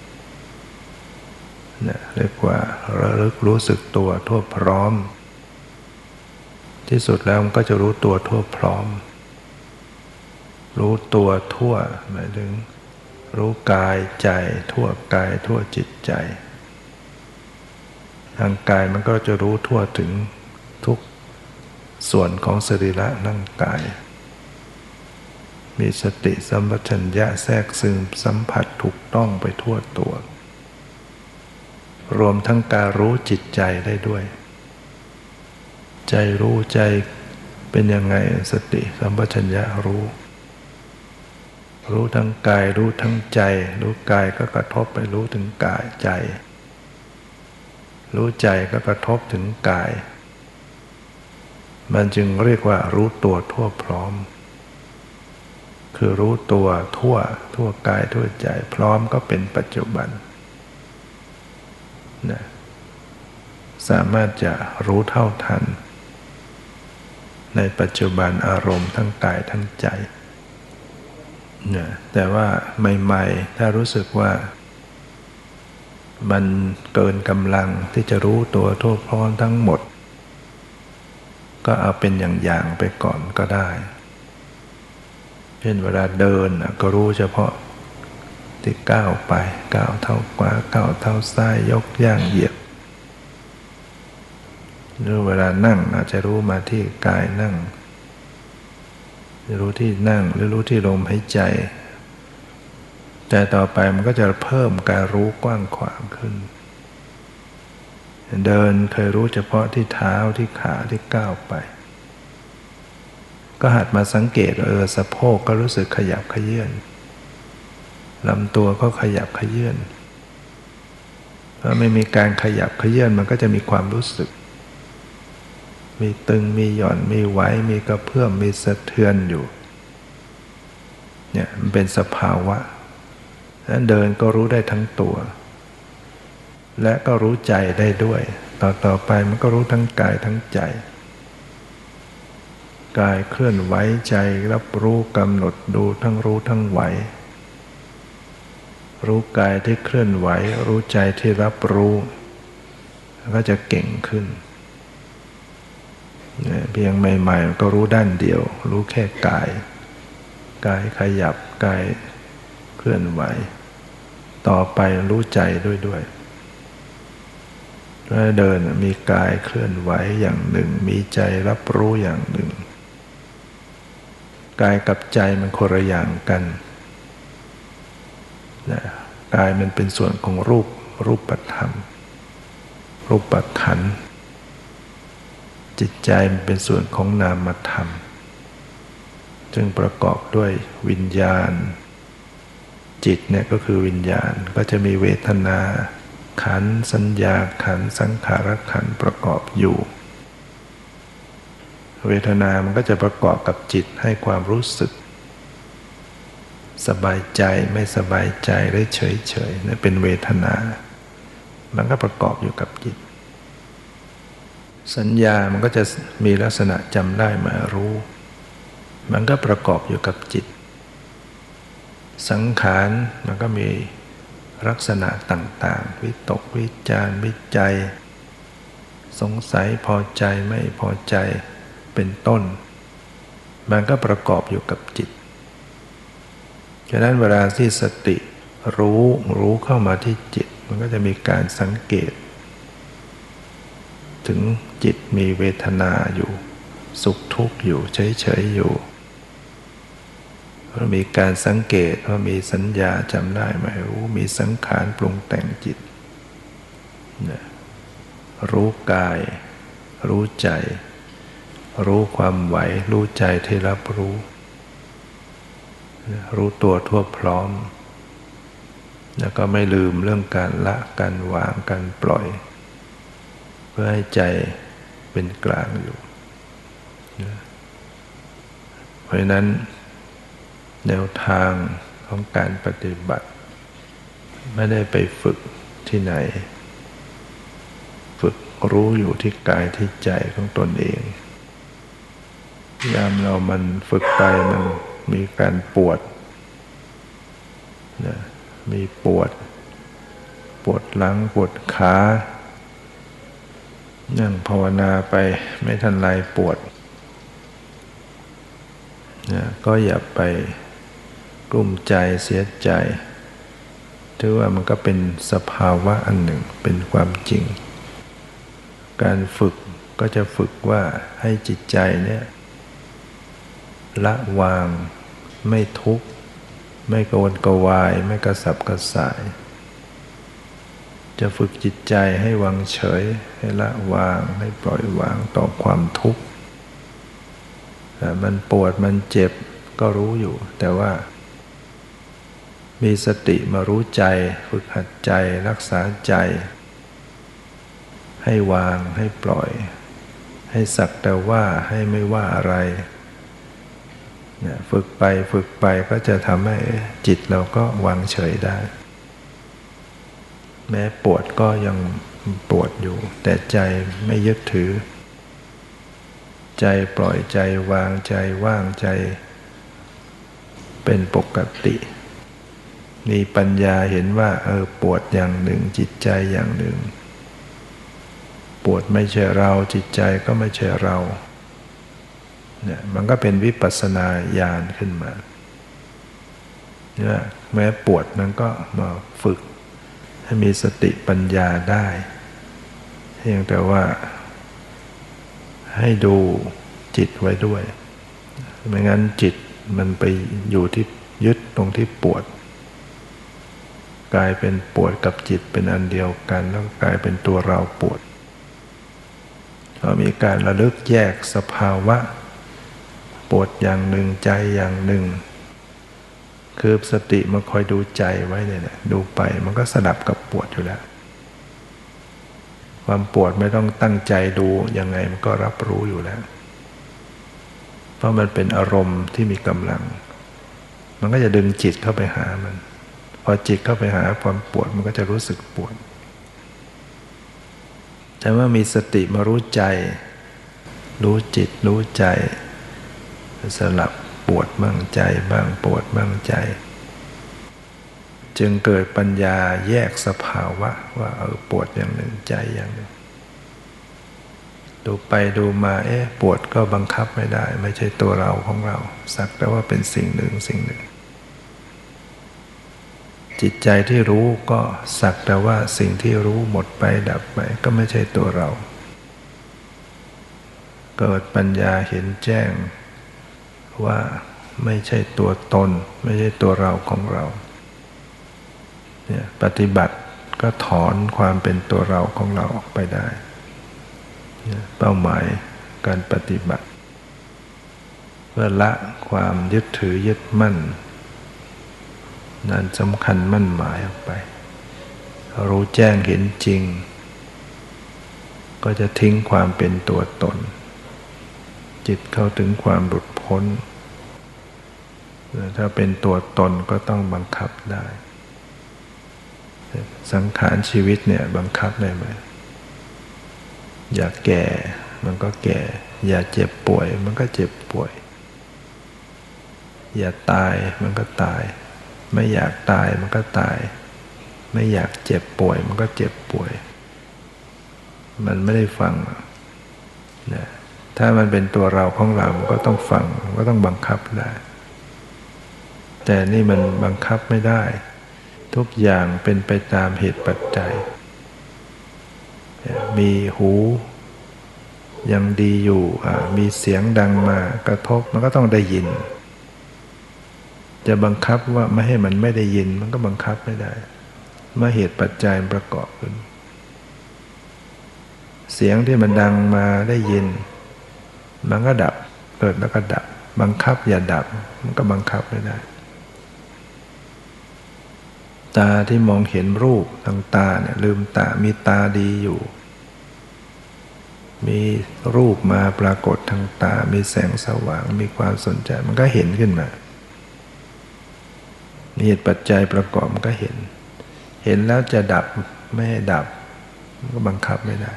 เนี่ยเรียกว่าระลึกรู้สึกตัวทั่วพร้อมที่สุดแล้วมันก็จะรู้ตัวทั่วพร้อมรู้ตัวทั่วหมายถึงรู้กายใจทั่วกายทั่วจิตใจทางกายมันก็จะรู้ทั่วถึงทุกส่วนของสรีระร่างกายมีสติสัมปชัญญะแทรกซึมสัมผัสถูกต้องไปทั่วตัวรวมทั้งการรู้จิตใจได้ด้วยใจรู้ใจเป็นยังไงสติสัมปชัญญะรู้รู้ทั้งกายรู้ทั้งใจรู้กายก็กระทบไปรู้ถึงกายใจรู้ใจก็กระทบถึงกายมันจึงเรียกว่ารู้ตัวทั่วพร้อมคือรู้ตัวทั่วทั่วกายทั่วใจพร้อมก็เป็นปัจจุบันนะสามารถจะรู้เท่าทันในปัจจุบันอารมณ์ทั้งกายทั้งใจนะแต่ว่าใหม่ๆถ้ารู้สึกว่ามันเกินกำลังที่จะรู้ตัวทั่วพร้อมทั้งหมดก็เอาเป็นอย่างๆไปก่อนก็ได้เช่นเวลาเดินก็รู้เฉพาะที่ก้าวไปก้าวเท้าขวาก้าวเท้าซ้ายยกย่างเหยียบหรือเวลานั่งอาจจะรู้มาที่กายนั่งรู้ที่นั่งหรือรู้ที่ลมหายใจแต่ต่อไปมันก็จะเพิ่มการรู้กว้างขวางขึ้นเดินเคยรู้เฉพาะที่เท้าที่ขาที่ก้าวไปก็หัดมาสังเกตเออสะโพกก็รู้สึกขยับเขยื้อนลำตัวก็ขยับเขยื้อนถ้าไม่มีการขยับเขยื้อนมันก็จะมีความรู้สึกมีตึงมีหย่อนมีไหวมีกระเพื่อมมีสะเทือนอยู่เนี่ยมันเป็นสภาวะนั้นเดินก็รู้ได้ทั้งตัวและก็รู้ใจได้ด้วยต่อต่อไปมันก็รู้ทั้งกายทั้งใจกายเคลื่อนไหวใจรับรู้กำหนดดูทั้งรู้ทั้งไหวรู้กายที่เคลื่อนไหวรู้ใจที่รับรู้ก็จะเก่งขึ้นเพียงใหม่ๆก็รู้ด้านเดียวรู้แค่กายกายขยับกายเคลื่อนไหวต่อไปรู้ใจด้วยด้วยถ้าเดินมีกายเคลื่อนไหวอย่างหนึ่งมีใจรับรู้อย่างหนึ่งกายกับใจมันคนละอย่างกันนะกายมันเป็นส่วนของรูปรูปธรรมรูปขันธ์จิตใจมันเป็นส่วนของนามธรรมจึงประกอบด้วยวิญญาณจิตเนี่ยก็คือวิญญาณก็จะมีเวทนาขันธ์สัญญาขันธ์สังขารขันธ์ประกอบอยู่เวทนามันก็จะประกอบกับจิตให้ความรู้สึกสบายใจไม่สบายใจหรือเฉยๆนั่นเป็นเวทนามันก็ประกอบอยู่กับจิตสัญญามันก็จะมีลักษณะจำได้หมายรู้มันก็ประกอบอยู่กับจิตสังขารมันก็มีลักษณะต่างๆวิตกวิจารวิจัยสงสัยพอใจไม่พอใจเป็นต้นมันก็ประกอบอยู่กับจิตฉะนั้นเวลาที่สติรู้รู้เข้ามาที่จิตมันก็จะมีการสังเกตถึงจิตมีเวทนาอยู่สุขทุกข์อยู่เฉยๆอยู่มีการสังเกตว่ามีสัญญาจำได้ไหมรู้มีสังขารปรุงแต่งจิตรู้กายรู้ใจรู้ความไหวรู้ใจที่รับรู้รู้ตัวทั่วพร้อมแล้วก็ไม่ลืมเรื่องการละการวางการปล่อยเพื่อให้ใจเป็นกลางอยู่เพราะฉะนั้นแนวทางของการปฏิบัติไม่ได้ไปฝึกที่ไหนฝึกรู้อยู่ที่กายที่ใจของตนเองยามเรามันฝึกไปมันมีการปวดนะมีปวดปวดหลังปวดขานั่งภาวนาไปไม่ทันไรปวดนะก็อย่าไปกลุ้มใจเสียใจถือว่ามันก็เป็นสภาวะอันหนึ่งเป็นความจริงการฝึกก็จะฝึกว่าให้จิตใจเนี่ยละวางไม่ทุกข์ไม่กระวนกระวายไม่กระสับกระส่ายจะฝึกจิตใจให้วางเฉยให้ละวางให้ปล่อยวางต่อความทุกข์มันปวดมันเจ็บก็รู้อยู่แต่ว่ามีสติมารู้ใจฝึกหัดใจรักษาใจให้วางให้ปล่อยให้สักแต่ว่าให้ไม่ว่าอะไรเนี่ยฝึกไปฝึกไปก็จะทำให้จิตเราก็วางเฉยได้แม้ปวดก็ยังปวดอยู่แต่ใจไม่ยึดถือใจปล่อยใจวางใจว่างใจเป็นปกติมีปัญญาเห็นว่าเออปวดอย่างหนึ่งจิตใจอย่างหนึ่งปวดไม่ใช่เราจิตใจก็ไม่ใช่เราเนี่ยมันก็เป็นวิปัสสนาญาณขึ้นมาเนี่ยแม้ปวดมันก็มาฝึกให้มีสติปัญญาได้เพียงแต่ว่าให้ดูจิตไว้ด้วยไม่งั้นจิตมันไปอยู่ที่ยึดตรงที่ปวดกลายเป็นปวดกับจิตเป็นอันเดียวกันแล้วกลายเป็นตัวเราปวดเรามีการระลึกแยกสภาวะปวดอย่างหนึ่งใจอย่างหนึ่งคือสติมาคอยดูใจไว้เนี่ยดูไปมันก็สลับกับปวดอยู่แล้วความปวดไม่ต้องตั้งใจดูยังไงมันก็รับรู้อยู่แล้วเพราะมันเป็นอารมณ์ที่มีกำลังมันก็จะดึงจิตเข้าไปหามันพอจิตเข้าไปหาความปวดมันก็จะรู้สึกปวดแต่ว่ามีสติมารู้ใจรู้จิตรู้ใจสลับปวดบ้างใจบ้างปวดบ้างใจจึงเกิดปัญญาแยกสภาวะว่าเออปวดอย่างหนึ่งใจอย่างหนึ่งดูไปดูมาเอ๊ะปวดก็บังคับไม่ได้ไม่ใช่ตัวเราของเราสักแต่ว่าเป็นสิ่งหนึ่งสิ่งหนึ่งจิตใจที่รู้ก็สักแต่ว่าสิ่งที่รู้หมดไปดับไปก็ไม่ใช่ตัวเราเกิดปัญญาเห็นแจ้งว่าไม่ใช่ตัวตนไม่ใช่ตัวเราของเราเนี่ยปฏิบัติก็ถอนความเป็นตัวเราของเราออกไปได้เป้าหมายการปฏิบัติเพื่อละความยึดถือยึดมั่นนั่นสำคัญมั่นหมายออกไปรู้แจ้งเห็นจริงก็จะทิ้งความเป็นตัวตนจิตเข้าถึงความหลุดพ้นถ้าเป็นตัวตนก็ต้องบังคับได้สังขารชีวิตเนี่ยบังคับได้ไหมอยากแก่มันก็แก่อยากเจ็บป่วยมันก็เจ็บป่วยอยากตายมันก็ตายไม่อยากตายมันก็ตายไม่อยากเจ็บป่วยมันก็เจ็บป่วยมันไม่ได้ฟังนะถ้ามันเป็นตัวเราของเรามันก็ต้องฟังมันก็ต้องบังคับได้แต่นี่มันบังคับไม่ได้ทุกอย่างเป็นไปตามเหตุปัจจัยมีหูยังดีอยู่มีเสียงดังมากระทบมันก็ต้องได้ยินจะบังคับว่าไม่ให้มันไม่ได้ยินมันก็บังคับไม่ได้เมื่อเหตุปัจจัยประกอบขึ้นเสียงที่มันดังมาได้ยินมันก็ดับเกิดแล้วก็ดับบังคับอย่าดับมันก็บังคับไม่ได้ตาที่มองเห็นรูปทางตาเนี่ยลืมตามีตาดีอยู่มีรูปมาปรากฏทางตามีแสงสว่างมีความสนใจมันก็เห็นขึ้นมามีเหตุปัจจัยประกอบมันก็เห็นเห็นแล้วจะดับไม่ให้ดับมันก็บังคับไม่ได้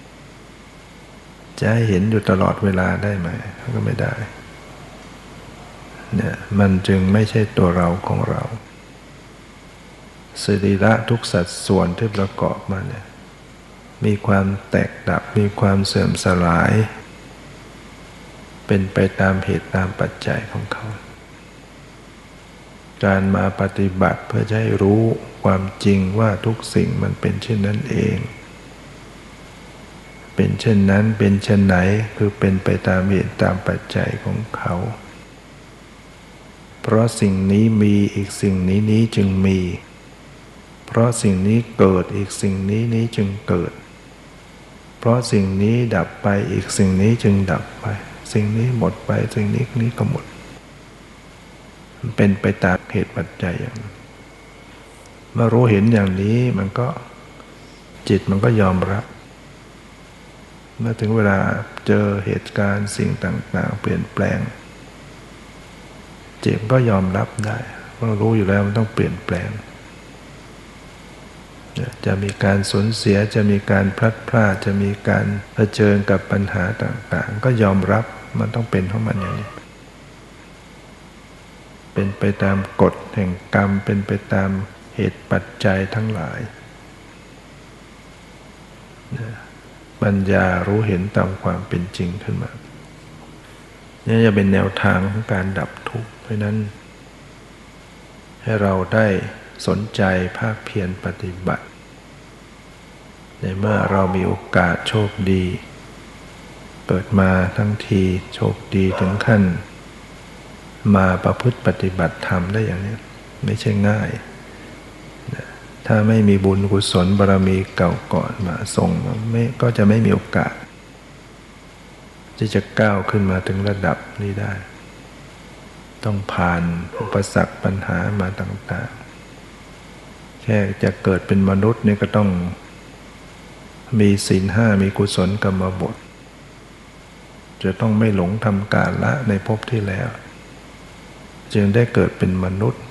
จะให้เห็นอยู่ตลอดเวลาได้ไหมก็ไม่ได้เนี่ยมันจึงไม่ใช่ตัวเราของเราสรีระทุกสัดส่วนที่ประกอบมาเนี่ยมีความแตกดับมีความเสื่อมสลายเป็นไปตามเหตุตามปัจจัยของเขาการมาปฏิบัติเพื่อจะให้รู้ความจริงว่าทุกสิ่งมันเป็นเช่นนั้นเองเป็นเช่นนั้นเป็นเช่นไหนคือเป็นไปตามเหตุตามปัจจัยของเขาเพราะสิ่งนี้มีอีกสิ่งนี้นี้จึงมีเพราะสิ่งนี้เกิดอีกสิ่งนี้นี้จึงเกิดเพราะสิ่งนี้ดับไปอีกสิ่งนี้จึงดับไปสิ่งนี้หมดไปสิ่งนี้นี้ก็หมดมันเป็นไปตามเหตุปัจจัยอย่างนั้นเมื่อรู้เห็นอย่างนี้มันก็จิตมันก็ยอมรับเมื่อถึงเวลาเจอเหตุการณ์สิ่งต่างๆเปลี่ยนแปลงจิตก็ยอมรับได้เพราะรู้อยู่แล้วมันต้องเปลี่ยนแปลงจะมีการสูญเสียจะมีการพลัดพรากจะมีการเผชิญกับปัญหาต่างๆก็ยอมรับมันต้องเป็นของมันอย่างนี้เป็นไปตามกฎแห่งกรรมเป็นไปตามเหตุปัจจัยทั้งหลายปัญญารู้เห็นตามความเป็นจริงขึ้นมานี่จะเป็นแนวทางของการดับทุกข์เพราะนั้นให้เราได้สนใจภาคเพียรปฏิบัติในเมื่อเรามีโอกาสโชคดีเกิดมาทั้งทีโชคดีถึงขั้นมาประพฤติปฏิบัติธรรมได้อย่างนี้ไม่ใช่ง่ายถ้าไม่มีบุญกุศลบารมีเก่าก่อนมาส่งไม่ก็จะไม่มีโอกาสที่จะก้าวขึ้นมาถึงระดับนี้ได้ต้องผ่านอุปสรรคปัญหามาต่างๆแค่จะเกิดเป็นมนุษย์นี่ก็ต้องมีศีลห้ามีกุศลกรรมบทจะต้องไม่หลงทำกาละในภพที่แล้วจึงได้เกิดเป็นมนุษย์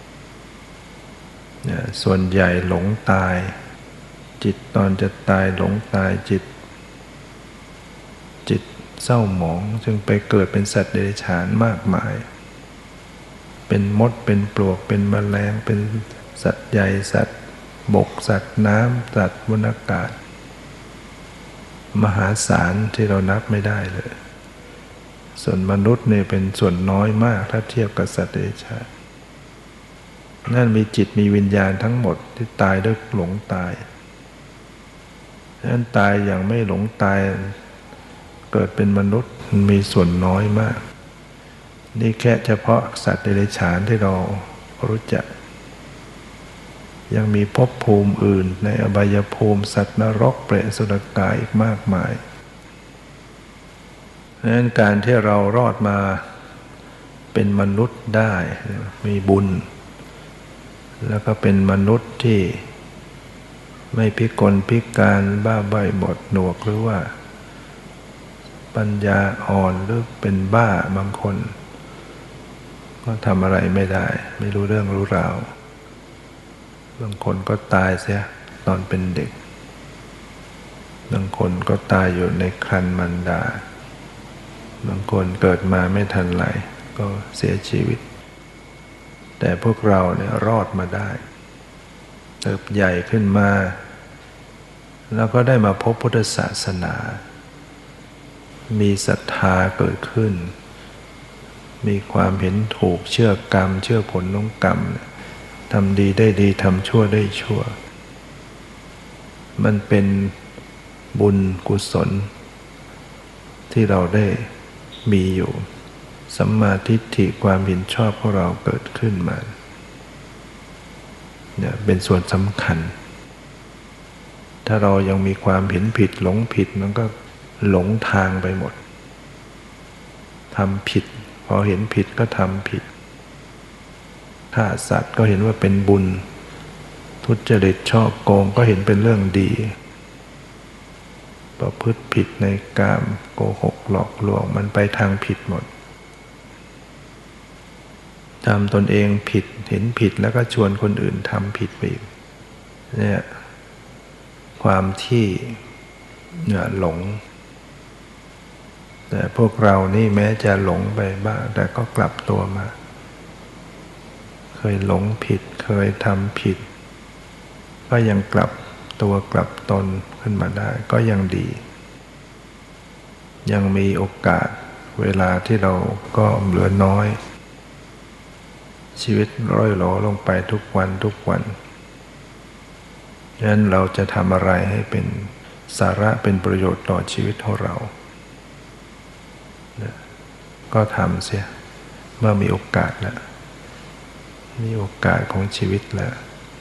ส่วนใหญ่หลงตายจิตตอนจะตายหลงตายจิตจิตเศร้าหมองจึงไปเกิดเป็นสัตว์เดรัจฉานมากมายเป็นมดเป็นปลวกเป็นแมลงเป็นสัตว์ใหญ่สัตว์บกสัตว์น้ำสัตว์บนอากาศมหาศาลที่เรานับไม่ได้เลยส่วนมนุษย์เนี่ยเป็นส่วนน้อยมากถ้าเทียบกับสัตว์เดรัจฉานนั่นมีจิตมีวิญญาณทั้งหมดที่ตายด้วยหลงตายนั่นตายอย่างไม่หลงตายเกิดเป็นมนุษย์มีส่วนน้อยมากนี่แค่เฉพาะสัตว์เดรัจฉานที่เรารู้จักยังมีภพภูมิอื่นในอบายภูมิสัตว์นรกเปรตอสุรกายอีกมากมายดังนั้นการที่เรารอดมาเป็นมนุษย์ได้มีบุญแล้วก็เป็นมนุษย์ที่ไม่พิกลพิการบ้าใบ้บอดหนวกหรือว่าปัญญาอ่อนหรือเป็นบ้าบางคนก็ทำอะไรไม่ได้ไม่รู้เรื่องรู้ราวบางคนก็ตายเสียตอนเป็นเด็กบางคนก็ตายอยู่ในครรภ์มารดาบางคนเกิดมาไม่ทันไรก็เสียชีวิตแต่พวกเราเนี่ยรอดมาได้เติบใหญ่ขึ้นมาแล้วก็ได้มาพบพุทธศาสนามีศรัทธาเกิดขึ้นมีความเห็นถูกเชื่อกรรมเชื่อผลของกรรมทำดีได้ดีทำชั่วได้ชั่วมันเป็นบุญกุศลที่เราได้มีอยู่สัมมาทิฏฐิความเห็นชอบของเราเกิดขึ้นมาเนี่ยเป็นส่วนสำคัญถ้าเรายังมีความเห็นผิดหลงผิดมันก็หลงทางไปหมดทำผิดพอเห็นผิดก็ทำผิดฆ่าสัตว์ก็เห็นว่าเป็นบุญทุจริตชอบโกงก็เห็นเป็นเรื่องดีประพฤติผิดในกามโกหกหลอกลวงมันไปทางผิดหมดทำตนเองผิดเห็นผิดแล้วก็ชวนคนอื่นทำผิดไปอีกเนี่ยความที่เนี่ยหลงแต่พวกเรานี่แม้จะหลงไปบ้างแต่ก็กลับตัวมาเคยหลงผิดเคยทำผิดก็ยังกลับตัวกลับตนขึ้นมาได้ก็ยังดียังมีโอกาสเวลาที่เราก็เหลือน้อยชีวิตร่อยหรอลงไปทุกวันทุกวันฉะนั้นเราจะทำอะไรให้เป็นสาระเป็นประโยชน์ต่อชีวิตของเราก็ทำเสียเมื่อมีโอกาสแล้วมีโอกาสของชีวิตแล้ว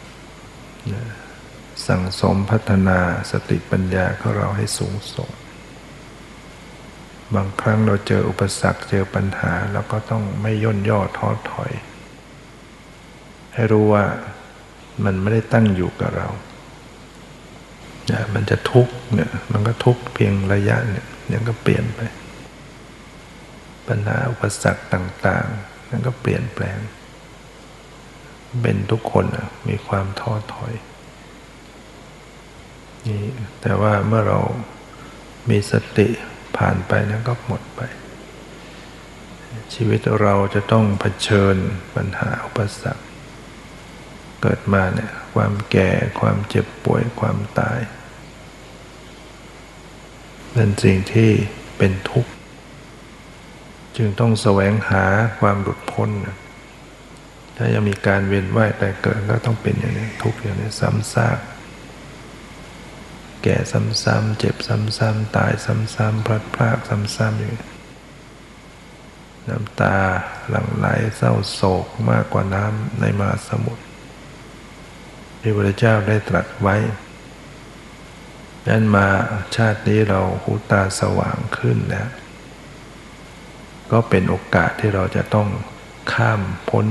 สั่งสมพัฒนาสติปัญญาของเราให้สูงส่งบางครั้งเราเจออุปสรรคเจอปัญหาเราก็ต้องไม่ย่นย่อท้อถอยให้รู้ว่ามันไม่ได้ตั้งอยู่กับเราเนี่ยมันจะทุกข์เนี่ยมันก็ทุกข์เพียงระยะเนี่ยยังก็เปลี่ยนไปปัญหาอุปสรรคต่างๆนั่นก็เปลี่ยนแปลงเป็นทุกคนนะมีความท้อถอยนี่แต่ว่าเมื่อเรามีสติผ่านไปนั้นก็หมดไปชีวิตเราจะต้องเผชิญปัญหาอุปสรรคเกิดมาเนี่ยความแก่ความเจ็บป่วยความตายเป็นสิ่งที่เป็นทุกข์จจึงต้องแสวงหาความหลุดพ้นถ้ายังมีการเวียนว่ายแต่เกิดก็ต้องเป็นอย่างนี้ทุกข์อย่างนี้ซ้ำซากแก่ซ้ำๆเจ็บซ้ำๆตายซ้ำๆพลัดพรากซ้ำๆอย่างนี้น้ำตาหลั่งไหลเศร้าโศกมากกว่าน้ำในมหาสมุทรที่พระพุทธเจ้าได้ตรัสไว้นั้นมาชาตินี้เราหูตาสว่างขึ้นแล้วก็เป็นโอกาสที่เราจะต้องข้ามพ้น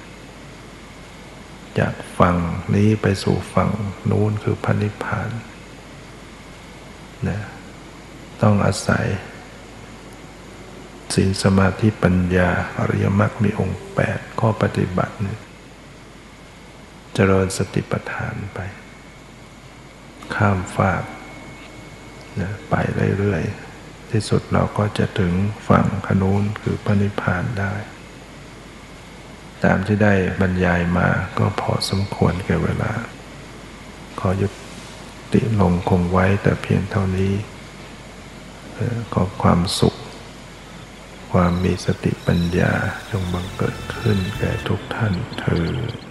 จากฝั่งนี้ไปสู่ฝั่งนู้นคือพระนิพพานนะต้องอาศัยศีลสมาธิปัญญาอริยมรรคมีองค์แปดข้อปฏิบัติเนี่ยเจริญสติปัฏฐานไปข้ามฟากนะไปเรื่อยๆที่สุดเราก็จะถึงฝั่งขนูนคือพระนิพพานได้ตามที่ได้บรรยายมาก็พอสมควรแก่เวลาขอยุติลงคงไว้แต่เพียงเท่านี้ขอความสุขความมีสติปัญญาจงบังเกิดขึ้นแก่ทุกท่านเทอญ